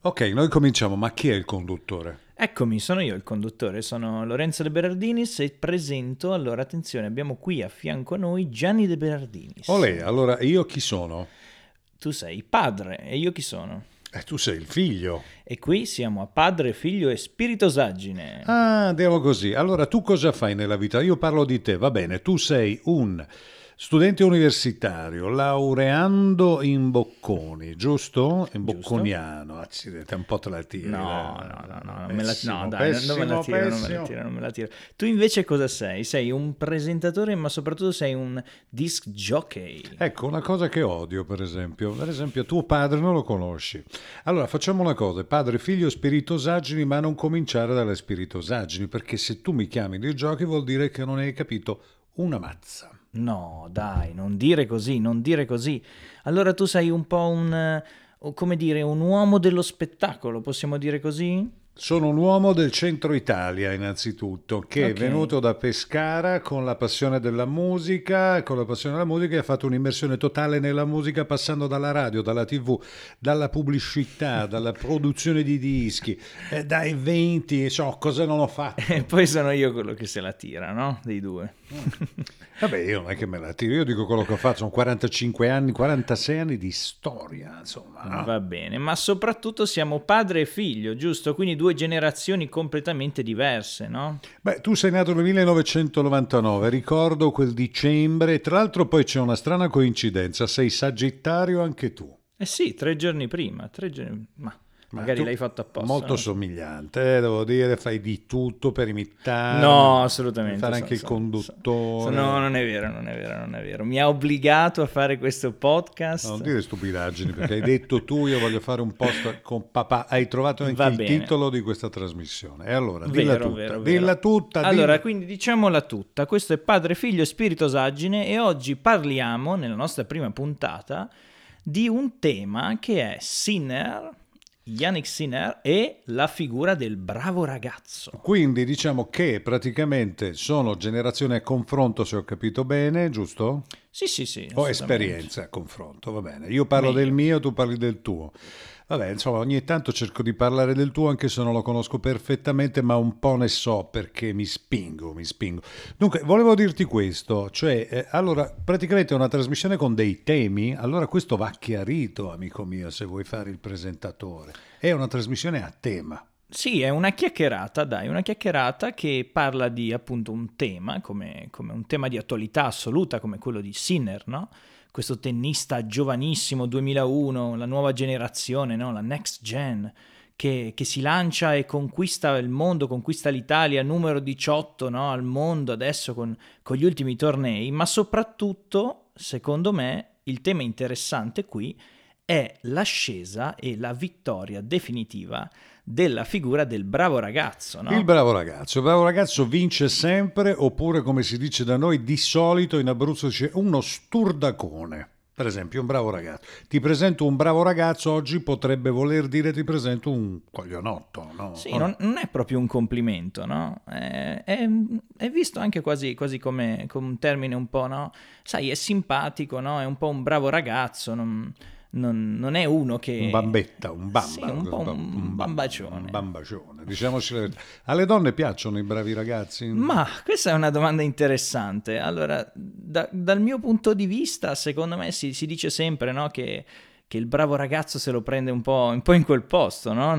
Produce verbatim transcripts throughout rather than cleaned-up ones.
Ok, noi cominciamo, ma chi è il conduttore? Eccomi, sono io il conduttore, sono Lorenzo De Berardinis e presento, allora attenzione, abbiamo qui a fianco a noi Gianni De Berardinis. Olè, allora io chi sono? Tu sei padre e io chi sono? Eh, tu sei il figlio. E qui siamo a Padre, Figlio e Spiritosaggine. Ah, andiamo così. Allora, tu cosa fai nella vita? Io parlo di te, va bene. Tu sei un studente universitario, laureando in Bocconi, giusto? In Giusto? bocconiano, accidenti, un po' te la tiri. No, eh. no, no, no, non me la, Pessimo, no dai, non- non me la pessimo, tiro, non me la pessimo. tiro, non me la tiro. Tu invece cosa sei? Sei un presentatore, ma soprattutto sei un disc jockey. Ecco, una cosa che odio, per esempio. Per esempio, tuo padre non lo conosci. Allora, facciamo una cosa, padre, figlio, spiritosaggini, ma non cominciare dalle spiritosaggini, perché se tu mi chiami di giochi vuol dire che non hai capito una mazza. No, dai, non dire così, non dire così. Allora tu sei un po' un, eh, come dire, un uomo dello spettacolo, possiamo dire così? Sono un uomo del centro Italia, innanzitutto, che è Ok. venuto da Pescara con la passione della musica, con la passione della musica e ha fatto un'immersione totale nella musica, passando dalla radio, dalla tivù, dalla pubblicità, dalla produzione di dischi, eh, dai eventi, so, cosa non ho fatto. E poi sono io quello che se la tira, no? Dei due. Vabbè, io non è che me la tiro, io dico quello che ho fatto, sono quarantacinque anni, quarantasei anni di storia, insomma, no? Va bene, ma soprattutto siamo padre e figlio, giusto? Quindi due generazioni completamente diverse, no? Beh, tu sei nato nel millenovecentonovantanove, ricordo quel dicembre, tra l'altro poi c'è una strana coincidenza, sei sagittario anche tu. Eh sì, tre giorni prima, tre giorni... ma Ma magari tu, l'hai fatto apposta. molto no? somigliante, eh, devo dire, fai di tutto per imitarmi, No, per assolutamente. fare so- anche il so- so- so- conduttore. no, non è vero, non è vero, non è vero. Mi ha obbligato a fare questo Non podcast. dire stupidaggini, perché hai detto tu, io voglio fare un post con papà, hai trovato anche Va il bene. titolo di questa trasmissione. E allora, dilla Vero, tutta, vero, dilla vero. tutta, Allora, dilla... quindi diciamola tutta. Questo è Padre, Figlio e Spiritosaggine e oggi parliamo, nella nostra prima puntata, di un tema che è Sinner, Yannick Sinner e la figura del bravo ragazzo. Quindi diciamo che praticamente sono generazioni a confronto, se ho capito bene, giusto? Sì, sì, sì, O assolutamente. esperienze a confronto, va bene. Io parlo Meglio. del mio, tu parli del tuo. Vabbè, insomma, ogni tanto cerco di parlare del tuo anche se non lo conosco perfettamente, ma un po' ne so perché mi spingo, mi spingo. Dunque, volevo dirti questo, cioè, eh, allora, praticamente è una trasmissione con dei temi, allora questo va chiarito, amico mio, se vuoi fare il presentatore. È una trasmissione a tema. Sì, è una chiacchierata, dai, una chiacchierata che parla di appunto un tema, come, come un tema di attualità assoluta, come quello di Sinner, no? Questo tennista giovanissimo, duemilauno, la nuova generazione, no? La next gen, che, che si lancia e conquista il mondo, conquista l'Italia, numero diciotto, no? Al mondo adesso con, con gli ultimi tornei, ma soprattutto, secondo me, il tema interessante qui è l'ascesa e la vittoria definitiva della figura del bravo ragazzo, no? Il bravo ragazzo, il bravo ragazzo vince sempre, oppure come si dice da noi, di solito in Abruzzo c'è uno sturdacone. Per esempio, un bravo ragazzo. Ti presento un bravo ragazzo, oggi potrebbe voler dire ti presento un coglionotto, no? Sì, non, non è proprio un complimento, no? È, è- è visto anche quasi, quasi come, come un termine un po', no? Sai, è simpatico, no? È un po' un bravo ragazzo, non, non- non è uno che... Un bambetta, un bamba. Sì, un po' un, bam- bambacione. Un bambacione, diciamoci la verità. Alle donne piacciono i bravi ragazzi? Ma questa è una domanda interessante. Allora, da- dal mio punto di vista, secondo me si, si dice sempre, no, che, che il bravo ragazzo se lo prende un po', un po' in quel posto, no? Mm.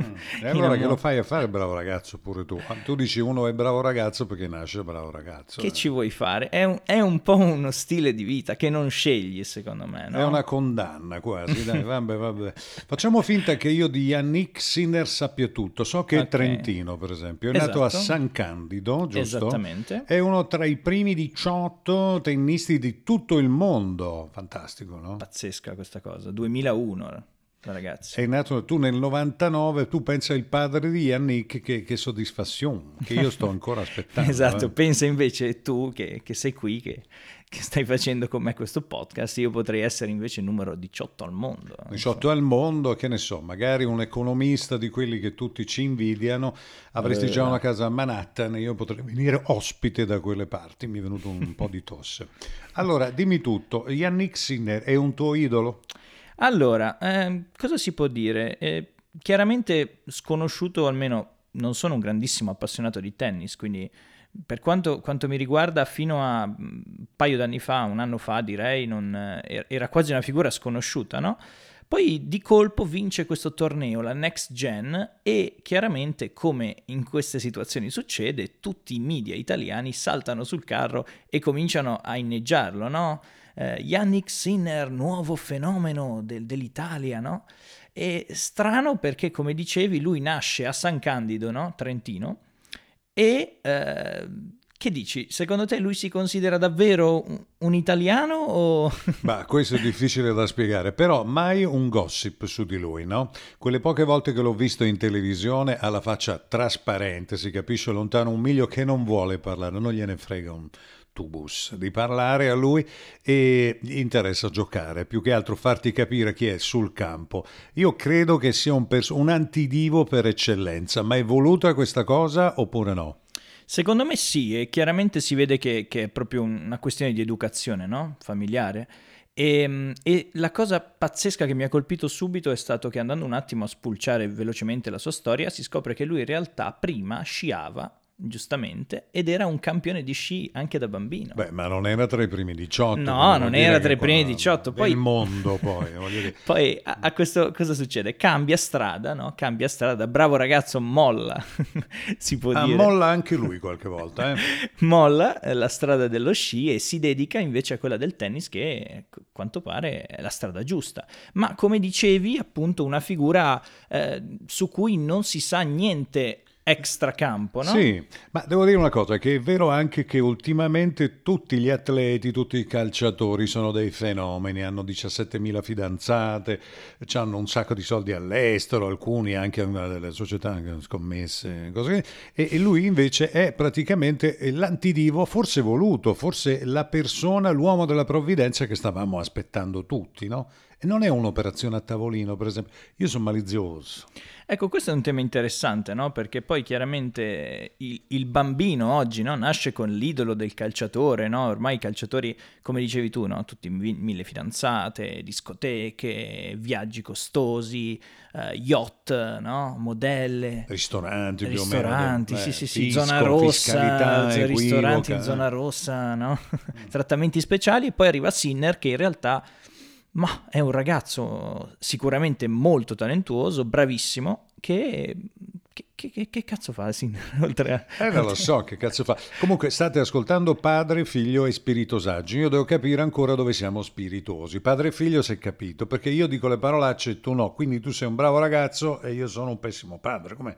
E In allora che amore. lo fai a fare bravo ragazzo pure tu? Ah, tu dici uno è bravo ragazzo perché nasce bravo ragazzo. Che eh. ci vuoi fare? È un, è un po' uno stile di vita che non scegli, secondo me, no? È una condanna quasi, dai, vabbè, vabbè. Facciamo finta che io di Yannick Sinner sappia tutto. So che è Ok. trentino, per esempio. È nato a Esatto. San Candido, giusto? Esattamente. È uno tra i primi diciotto tennisti di tutto il mondo. Fantastico, no? Pazzesca questa cosa. duemilauno, ragazzi. È nato tu nel novantanove, tu pensa il padre di Yannick, che, che soddisfazione, che io sto ancora aspettando. Esatto, eh. pensa invece tu che, che sei qui, che, che stai facendo con me questo podcast, io potrei essere invece il numero diciotto al mondo. non diciotto so. al mondo, che ne so, magari un economista di quelli che tutti ci invidiano, avresti già Eh. una casa a Manhattan e io potrei venire ospite da quelle parti, mi è venuto un po' di tosse. Allora, dimmi tutto, Yannick Sinner è un tuo idolo? Allora, ehm, cosa si può dire? Eh, chiaramente sconosciuto, almeno non sono un grandissimo appassionato di tennis, quindi per quanto, quanto mi riguarda fino a un paio d'anni fa, un anno fa direi, non, era quasi una figura sconosciuta, no? Poi di colpo vince questo torneo, la Next Gen, e chiaramente, come in queste situazioni succede, tutti i media italiani saltano sul carro e cominciano a inneggiarlo, no? Eh, Jannik Sinner, nuovo fenomeno del, dell'Italia, no? E strano perché, come dicevi, lui nasce a San Candido, no? Trentino, e eh, che dici? Secondo te lui si considera davvero un, un italiano o... Ma questo è difficile da spiegare, però mai un gossip su di lui, no? Quelle poche volte che l'ho visto in televisione ha la faccia trasparente, si capisce lontano un miglio che non vuole parlare, non gliene frega un tubus di parlare a lui e gli interessa giocare, più che altro farti capire chi è sul campo. Io credo che sia un, pers- un antidivo per eccellenza, ma è voluta questa cosa oppure no? Secondo me sì, e chiaramente si vede che, che è proprio una questione di educazione, no? Familiare. E, e la cosa pazzesca che mi ha colpito subito è stato che, andando un attimo a spulciare velocemente la sua storia, si scopre che lui in realtà prima sciava, giustamente, ed era un campione di sci anche da bambino. Beh, ma non era tra i primi diciotto. No, non era tra i primi diciotto. Poi il mondo, poi. Voglio dire. Poi a, a questo cosa succede? Cambia strada, no? Cambia strada, bravo ragazzo, molla, si può ah, dire. molla anche lui qualche volta, eh? Molla la strada dello sci e si dedica invece a quella del tennis, che a quanto pare è la strada giusta. Ma come dicevi, appunto, una figura eh, su cui non si sa niente extracampo, no? Sì, ma devo dire una cosa, che è vero anche che ultimamente tutti gli atleti, tutti i calciatori sono dei fenomeni, hanno diciassettemila fidanzate, hanno un sacco di soldi all'estero, alcuni anche delle società scommesse, cose così, e, e lui invece è praticamente l'antidivo, forse voluto, forse la persona, l'uomo della provvidenza che stavamo aspettando tutti, no? E non è un'operazione a tavolino, per esempio. Io sono malizioso. Ecco, questo è un tema interessante, no? Perché poi chiaramente il, il bambino oggi, no? Nasce con l'idolo del calciatore, no? Ormai i calciatori, come dicevi tu, no? Tutti mille fidanzate, discoteche, viaggi costosi, uh, yacht, no? Modelle, ristoranti, ristoranti, più o meno, sì, eh, sì, sì, fisco, zona rossa, fiscalità, ristoranti in equivoca, zona eh. rossa, no? Trattamenti speciali, e poi arriva Sinner, che in realtà... Ma è un ragazzo sicuramente molto talentuoso, bravissimo, che... Che, che, che cazzo fa Sinner? Oltre a... Eh, non lo so che cazzo fa. Comunque state ascoltando Padre, Figlio e Spiritosaggine. Io devo capire ancora dove siamo spiritosi. Padre e Figlio si è capito, perché io dico le parolacce e tu no. Quindi tu sei un bravo ragazzo e io sono un pessimo padre. Com'è?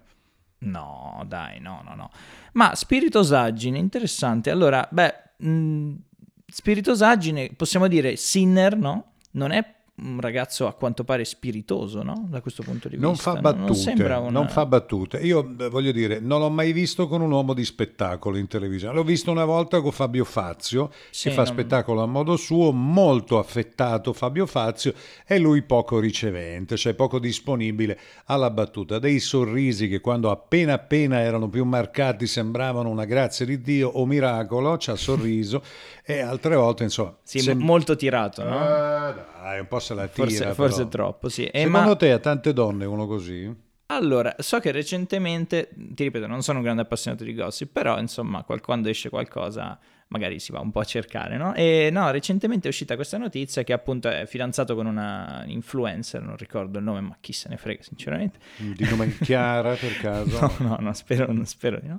No, dai, no, no, no. Ma Spiritosaggine, interessante. Allora, beh, mh, Spiritosaggine, possiamo dire Sinner, no? Non è un ragazzo a quanto pare spiritoso, no? Da questo punto di Non vista. fa battute, non, sembra una... non fa battute. Io beh, voglio dire, non l'ho mai visto con un uomo di spettacolo in televisione. L'ho visto una volta con Fabio Fazio, Sì, che fa non... spettacolo a modo suo, molto affettato Fabio Fazio, e lui poco ricevente, cioè poco disponibile alla battuta. Dei sorrisi che quando appena appena erano più marcati sembravano una grazia di Dio o miracolo, ci ha sorriso, e altre volte, insomma... Sì, sem- molto tirato, no? Ah, dai, un po' se la tira. Forse, forse però. troppo, sì. E Secondo ma... te a tante donne uno così? Allora, so che recentemente, ti ripeto, non sono un grande appassionato di gossip, però insomma, qual- quando esce qualcosa magari si va un po' a cercare, no? E no, recentemente è uscita questa notizia che appunto è fidanzato con una influencer, non ricordo il nome, ma chi se ne frega sinceramente. Di nome Chiara per caso? No, no, no, spero, non spero di no.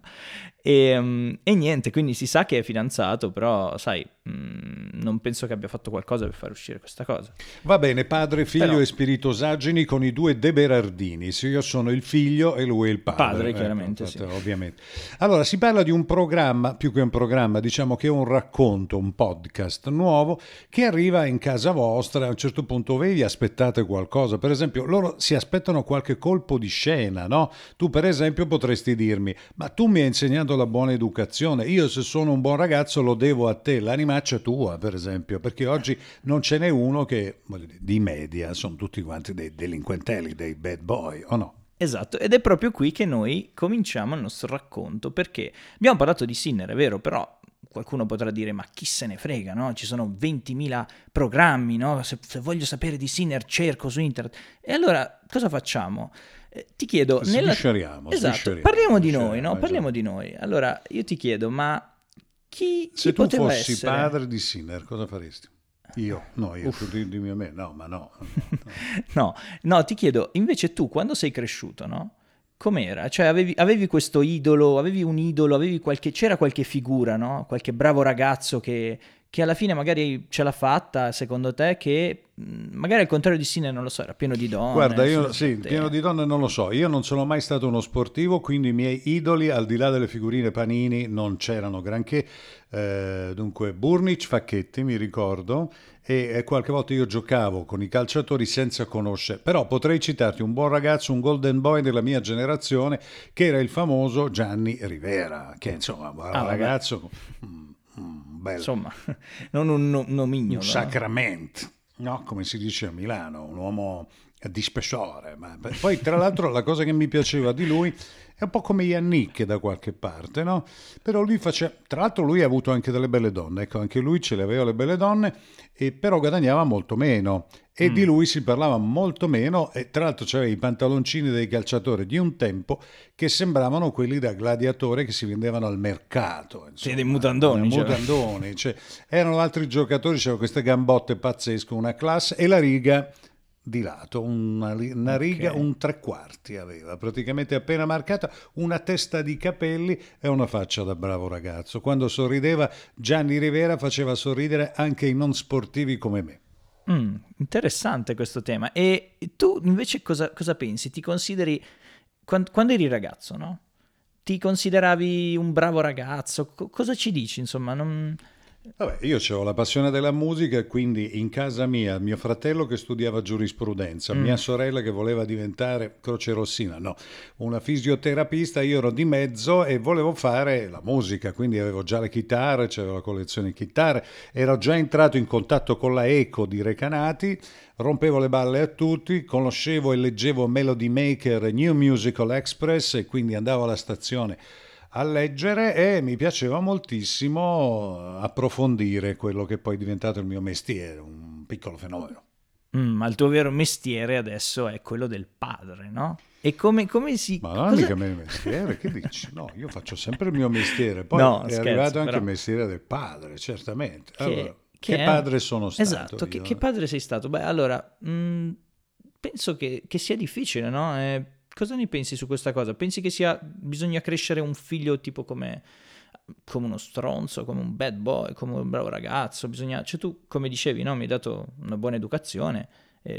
E, um, e niente, quindi si sa che è fidanzato, però sai, mh, non penso che abbia fatto qualcosa per far uscire questa cosa. Va bene, Padre, Figlio Però... e Spiritosaggini con i due De Berardini. Sì, io sono il figlio e lui è il padre. Padre, chiaramente, eh, sì. Ovviamente. Allora, si parla di un programma, più che un programma, diciamo che è un racconto, un podcast nuovo che arriva in casa vostra. A un certo punto voi vi aspettate qualcosa. Per esempio, loro si aspettano qualche colpo di scena, no? Tu, per esempio, potresti dirmi, ma tu mi hai insegnato la buona educazione. Io, se sono un buon ragazzo, lo devo a te. L'animaccia tua, per esempio, perché oggi non ce n'è uno che, voglio dire, di media, sono tutti quanti dei delinquentelli, dei bad boy, o no? Esatto, ed è proprio qui che noi cominciamo il nostro racconto, perché abbiamo parlato di Sinner, è vero, però qualcuno potrà dire, ma chi se ne frega, no? Ci sono ventimila programmi, no? Se, se voglio sapere di Sinner cerco su internet. E allora cosa facciamo? Eh, ti chiedo, nella... Svisceriamo, esatto, svisceriamo, parliamo di svisceriamo, noi, no? esatto. Parliamo di noi. Allora, io ti chiedo, ma chi, chi Se tu poteva fossi essere? padre di Sinner, cosa faresti? Io? No, io, tu dimmi a me. No, ma no. no, no. No, no, ti chiedo, invece tu quando sei cresciuto, no? Com'era? Cioè avevi, avevi questo idolo, avevi un idolo, avevi qualche, c'era qualche figura, no? Qualche bravo ragazzo che, che alla fine magari ce l'ha fatta, secondo te, che mh, magari al contrario di Sinner, non lo so, era pieno di donne. Guarda, io sulla sì, platea. pieno di donne non lo so. Io non sono mai stato uno sportivo, quindi i miei idoli, al di là delle figurine Panini, non c'erano granché. Eh, dunque, Burnic, Facchetti, mi ricordo, e, e qualche volta io giocavo con i calciatori senza conoscere. Però potrei citarti un buon ragazzo, un golden boy della mia generazione, che era il famoso Gianni Rivera, che insomma, un Ah, vabbè. ragazzo... mm, mm, bello. Insomma, non un no- nomignolo. Un no? sacramento, no? Come si dice a Milano, un uomo di spessore. Ma poi, tra l'altro, la cosa che mi piaceva di lui è un po' come Yannick da qualche parte, no? Però lui faceva, tra l'altro lui ha avuto anche delle belle donne, ecco, anche lui ce le aveva le belle donne, e però guadagnava molto meno. E Mm. di lui si parlava molto meno, e tra l'altro c'aveva i pantaloncini dei calciatori di un tempo che sembravano quelli da gladiatore che si vendevano al mercato. Sì, dei mutandoni, Dei cioè. mutandoni, cioè, erano altri giocatori, c'erano queste gambotte pazzesche, una classe, e la riga di lato, una, una riga, Ok. un tre quarti aveva, praticamente appena marcata, una testa di capelli e una faccia da bravo ragazzo. Quando sorrideva, Gianni Rivera faceva sorridere anche i non sportivi come me. Mm, interessante questo tema. E tu invece cosa, cosa pensi? Ti consideri, quan- quando eri ragazzo, no? Ti consideravi un bravo ragazzo? Co- cosa ci dici, insomma? Non... Vabbè, io avevo la passione della musica e quindi in casa mia mio fratello che studiava giurisprudenza, Mm. mia sorella che voleva diventare crocerossina, no, una fisioterapista, io ero di mezzo e volevo fare la musica, quindi avevo già le chitarre, c'avevo la collezione di chitarre, ero già entrato in contatto con la Eco di Recanati, rompevo le balle a tutti, conoscevo e leggevo Melody Maker e New Musical Express e quindi andavo alla stazione a leggere e mi piaceva moltissimo approfondire quello che poi è diventato il mio mestiere, un piccolo fenomeno. Mm, ma il tuo vero mestiere adesso è quello del padre, no? E come, come si... Ma non è cosa- mica il mio mestiere, che dici? No, io faccio sempre il mio mestiere, poi No, è scherzo, arrivato anche però. il mestiere del padre, certamente. Che, Allora, che che è- padre sono stato Esatto, che, io? che padre sei stato? Beh, allora, mh, penso che, che sia difficile, no? Eh, cosa ne pensi su questa cosa? Pensi che sia, bisogna crescere un figlio tipo come, come uno stronzo, come un bad boy, come un bravo ragazzo? Bisogna, cioè tu, come dicevi, no? Mi hai dato una buona educazione. eh,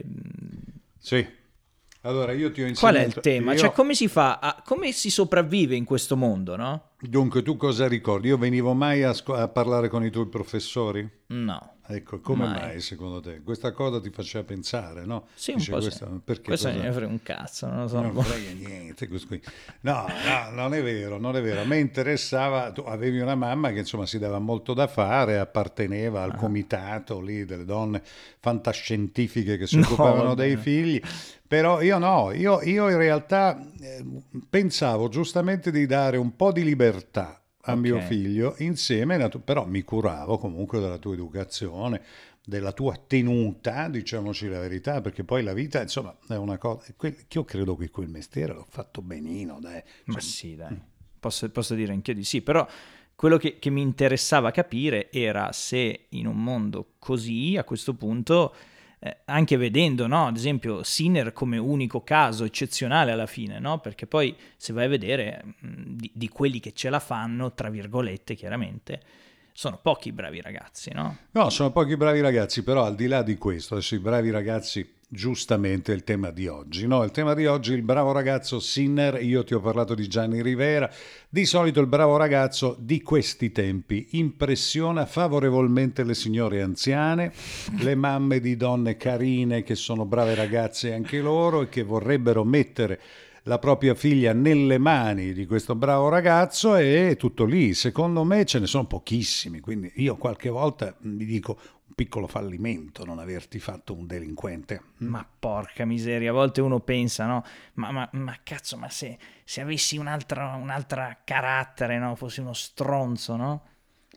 Sì. Allora, io ti ho Qual è insegnato... il tema? io- Cioè, come si fa? A, come si sopravvive in questo mondo, no? Dunque, tu cosa ricordi? Io venivo mai a, scu- a parlare con i tuoi professori? No, Ecco, come mai. mai secondo te? Questa cosa ti faceva pensare, no? Sì, un Dice, po' sì. questa- perché Questo cosa- non ne frega un cazzo, non lo so. Non frega niente. questo qui. No, no, non è vero, non è vero. A me interessava, tu avevi una mamma che insomma si dava molto da fare, apparteneva al comitato lì delle donne fantascientifiche che si No, occupavano vabbè. dei figli, però io no, io, io in realtà eh, pensavo giustamente di dare un po' di libertà a Ok. mio figlio insieme, natu- però mi curavo comunque della tua educazione, della tua tenuta, diciamoci la verità, perché poi la vita, insomma, è una cosa. que- Io credo che quel mestiere l'ho fatto benino, dai. Ma Cioè, sì, dai, posso, posso dire anch'io di sì, però quello che, che mi interessava capire era se in un mondo così, a questo punto, eh, anche vedendo, no, ad esempio, Sinner come unico caso eccezionale alla fine, no? Perché poi se vai a vedere mh, di, di quelli che ce la fanno, tra virgolette, chiaramente, sono pochi i bravi ragazzi, no? No, sono pochi bravi ragazzi, però al di là di questo, adesso i bravi ragazzi, giustamente è il tema di oggi, no? Il tema di oggi, il bravo ragazzo Sinner, io ti ho parlato di Gianni Rivera, di solito il bravo ragazzo di questi tempi impressiona favorevolmente le signore anziane, le mamme di donne carine che sono brave ragazze anche loro e che vorrebbero mettere la propria figlia nelle mani di questo bravo ragazzo e tutto lì. Secondo me ce ne sono pochissimi, quindi io qualche volta mi dico un piccolo fallimento non averti fatto un delinquente. Ma porca miseria, a volte uno pensa, no? Ma, ma, ma cazzo, ma se, se avessi un'altra, un'altra carattere, no? Fossi uno stronzo, no?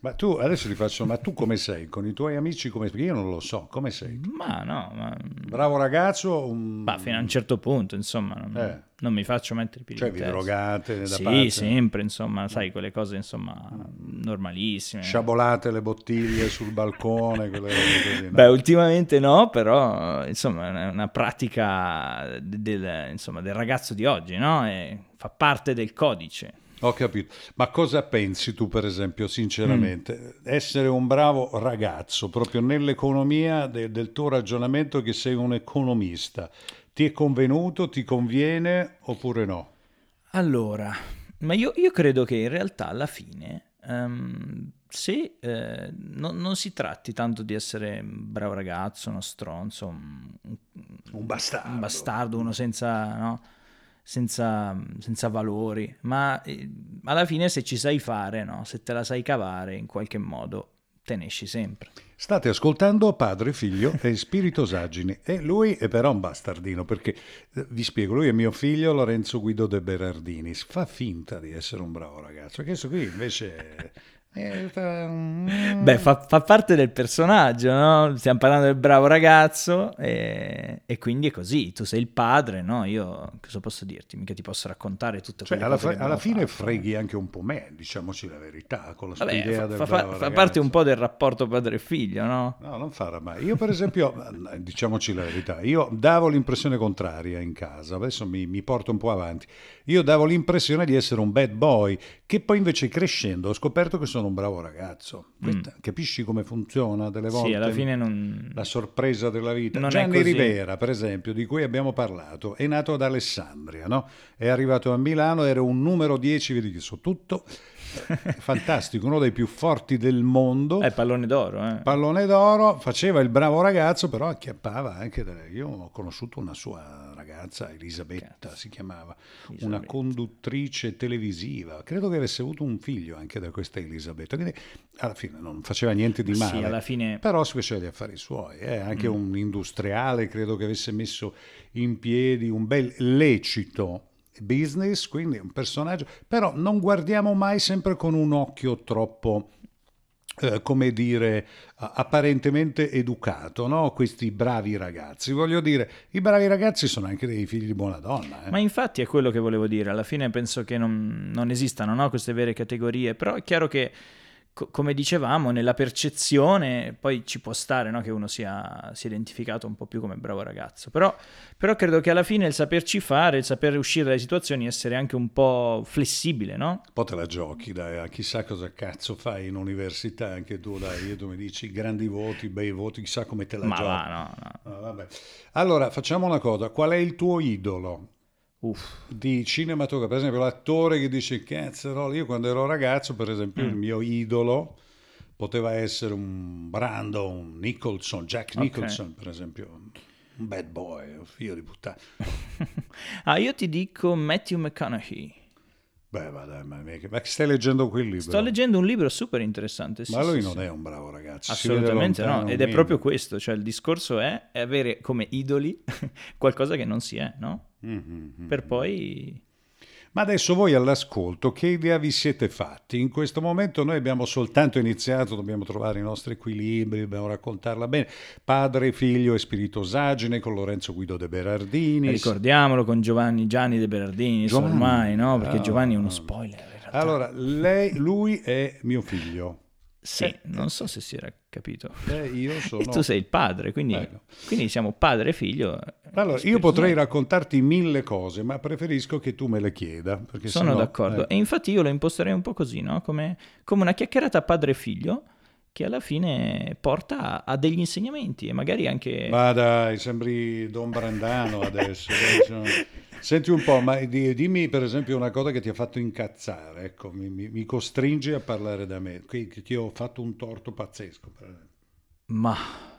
Ma tu adesso ti faccio, ma tu come sei? Con i tuoi amici come perché io non lo so, come sei? Ma no, ma... Bravo ragazzo? Un... Ma fino a un certo punto, insomma, non, Eh. non mi faccio mettere i piedi Cioè in vi testa. drogate da Sì, parte? sempre, insomma, sai, quelle cose, insomma, normalissime. Sciabolate le bottiglie sul balcone, quelle robe così, no? Beh, ultimamente no, però, insomma, è una pratica del, insomma, del ragazzo di oggi, no? E fa parte del codice. Ho capito. Ma cosa pensi tu, per esempio, sinceramente? Mm. Essere un bravo ragazzo, proprio nell'economia de- del tuo ragionamento che sei un economista, ti è convenuto, ti conviene oppure no? Allora, ma io, io credo che in realtà alla fine, um, se eh, non, non si tratti tanto di essere un bravo ragazzo, uno stronzo, un, un bastardo, un bastardo uno senza... no? Senza, senza valori, ma eh, alla fine se ci sai fare, no? Se te la sai cavare in qualche modo, te ne esci sempre. State ascoltando Padre, Figlio e Spiritosaggine e lui è però un bastardino perché, eh, vi spiego, lui è mio figlio Lorenzo Guido De Berardini, fa finta di essere un bravo ragazzo, questo qui invece... Beh, fa, fa parte del personaggio, no? Stiamo parlando del bravo ragazzo e, e quindi è così. Tu sei il padre, no? Io cosa posso dirti? Mica ti posso raccontare tutte cioè, quelle alla, cose fa- alla fine fatto. freghi anche un po' me, diciamoci la verità, con la sua Vabbè, idea fa, del fa, bravo fa ragazzo. parte un po' del rapporto padre e figlio, no? No, non farà mai. Io per esempio, diciamoci la verità, io davo l'impressione contraria in casa, adesso mi, mi porto un po' avanti, io davo l'impressione di essere un bad boy, che poi invece crescendo ho scoperto che sono un bravo ragazzo. Questa, mm. Capisci come funziona delle volte? Sì, alla fine non... La sorpresa della vita. Non Gianni è così. Rivera, per esempio, di cui abbiamo parlato, è nato ad Alessandria, no? È arrivato a Milano, era un numero dieci, vedi che so tutto, fantastico, uno dei più forti del mondo. È pallone d'oro, eh. Pallone d'oro, faceva il bravo ragazzo, però acchiappava anche delle... Io ho conosciuto una sua ragazza, Elisabetta Cazzo. si chiamava, Elisabetta. Una conduttrice televisiva, credo che avesse avuto un figlio anche da questa Elisabetta, quindi alla fine non faceva niente di male, sì, alla fine... però si faceva gli affari suoi, eh? Anche mm. un industriale credo che avesse messo in piedi un bel lecito business, quindi un personaggio, però non guardiamo mai sempre con un occhio troppo, eh, come dire, apparentemente educato, no? Questi bravi ragazzi, voglio dire, i bravi ragazzi sono anche dei figli di buona donna. Eh? Ma infatti è quello che volevo dire, alla fine penso che non, non esistano, no? Queste vere categorie, però è chiaro che come dicevamo, nella percezione poi ci può stare, no? Che uno sia, sia identificato un po' più come bravo ragazzo, però, però credo che alla fine il saperci fare, il saper uscire dalle situazioni, essere anche un po' flessibile, no? Un po' te la giochi, dai, chissà cosa cazzo fai in università anche tu, dai, tu mi dici grandi voti, bei voti, chissà come te la Ma giochi. Va, no, no. Ah, vabbè. Allora, facciamo una cosa, qual è il tuo idolo? Uff. Di cinematografia, per esempio l'attore che dice cazzo, io quando ero ragazzo per esempio mm. il mio idolo poteva essere un Brando, un Nicholson, Jack Nicholson okay. per esempio, un bad boy, un figlio di puttana. Ah, io ti dico Matthew McConaughey. Beh, vabbè, ma, ma stai leggendo quel libro? Sto leggendo un libro super interessante. Sì, ma lui sì, non sì. è un bravo ragazzo. Assolutamente no, ed è meno. proprio questo, cioè il discorso è, è avere come idoli qualcosa che non si è, no? Mm-hmm. Per poi... Ma adesso voi all'ascolto, che idea vi siete fatti? In questo momento noi abbiamo soltanto iniziato, dobbiamo trovare i nostri equilibri, dobbiamo raccontarla bene. Padre, Figlio e Spiritosaggine con Lorenzo Guido De Berardini. Ricordiamolo con Giovanni Gianni De Berardini, Giovanni. ormai, no? Perché ah, Giovanni è uno spoiler in realtà. Allora, lei, lui è mio figlio. Sì, eh, non so se si era capito. Eh, io sono... E tu sei il padre, quindi, ecco. quindi siamo padre e figlio. Allora, io potrei raccontarti mille cose, ma preferisco che tu me le chieda. Perché sono sennò, d'accordo. Ecco. E infatti io lo imposterei un po' così, no? Come, come una chiacchierata padre e figlio, che alla fine porta a, a degli insegnamenti e magari anche... Ma dai, sembri Don Brandano adesso. Senti un po', ma dimmi per esempio una cosa che ti ha fatto incazzare, ecco, mi, mi, mi costringi a parlare da me, che ti ho fatto un torto pazzesco. Per esempio. Ma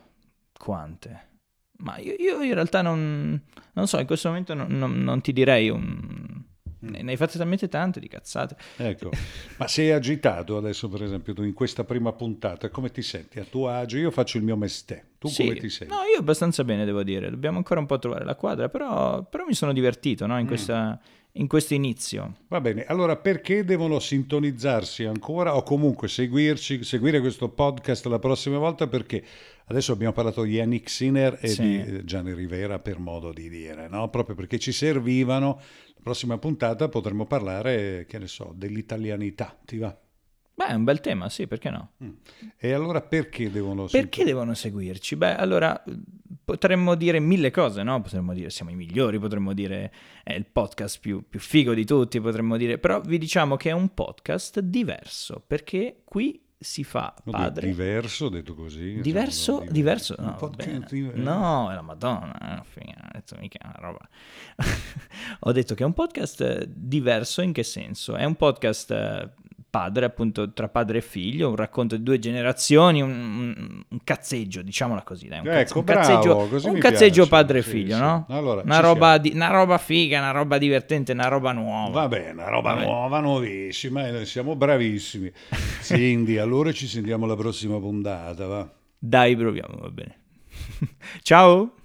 quante? Ma io, io in realtà non, non so, in questo momento non, non, non ti direi un... Ne hai fatte talmente tante di cazzate. Ecco, ma sei agitato adesso per esempio tu in questa prima puntata, come ti senti? A tuo agio? Io faccio il mio mestiere, tu sì, come ti senti? No, io abbastanza bene devo dire, dobbiamo ancora un po' trovare la quadra, però, però mi sono divertito, no? in, questa, in questo inizio. Va bene, allora perché devono sintonizzarsi ancora o comunque seguirci, seguire questo podcast la prossima volta? Perché adesso abbiamo parlato di Yannick Sinner e Sì. di Gianni Rivera, per modo di dire, no? Proprio perché ci servivano. La prossima puntata potremo parlare, che ne so, dell'italianità, ti va? Beh, è un bel tema, sì, perché no? Mm. E allora perché devono Perché devono seguirci? Beh, allora potremmo dire mille cose, no? Potremmo dire siamo i migliori, potremmo dire è il podcast più, più figo di tutti, potremmo dire, però vi diciamo che è un podcast diverso, perché qui si fa padre. Oddio, diverso, detto così. Diverso, cioè, diverso, un no, po' va bene. di- No, è la Madonna, eh, figa, ho detto mica una roba. Ho detto che è un podcast diverso in che senso? È un podcast eh, padre, appunto, tra padre e figlio, un racconto di due generazioni, un, un, un cazzeggio, diciamola così, dai, un, cazz- Ecco, un cazzeggio, bravo, così un mi cazzeggio piace. padre e Sì, figlio, sì. no? Allora, Una ci roba, siamo. di, una roba figa, una roba divertente, una roba nuova. Va bene, una roba Va bene. nuova, nuovissima, e noi siamo bravissimi. Cindy, allora ci sentiamo alla prossima puntata, va? Dai, proviamo, va bene. Ciao!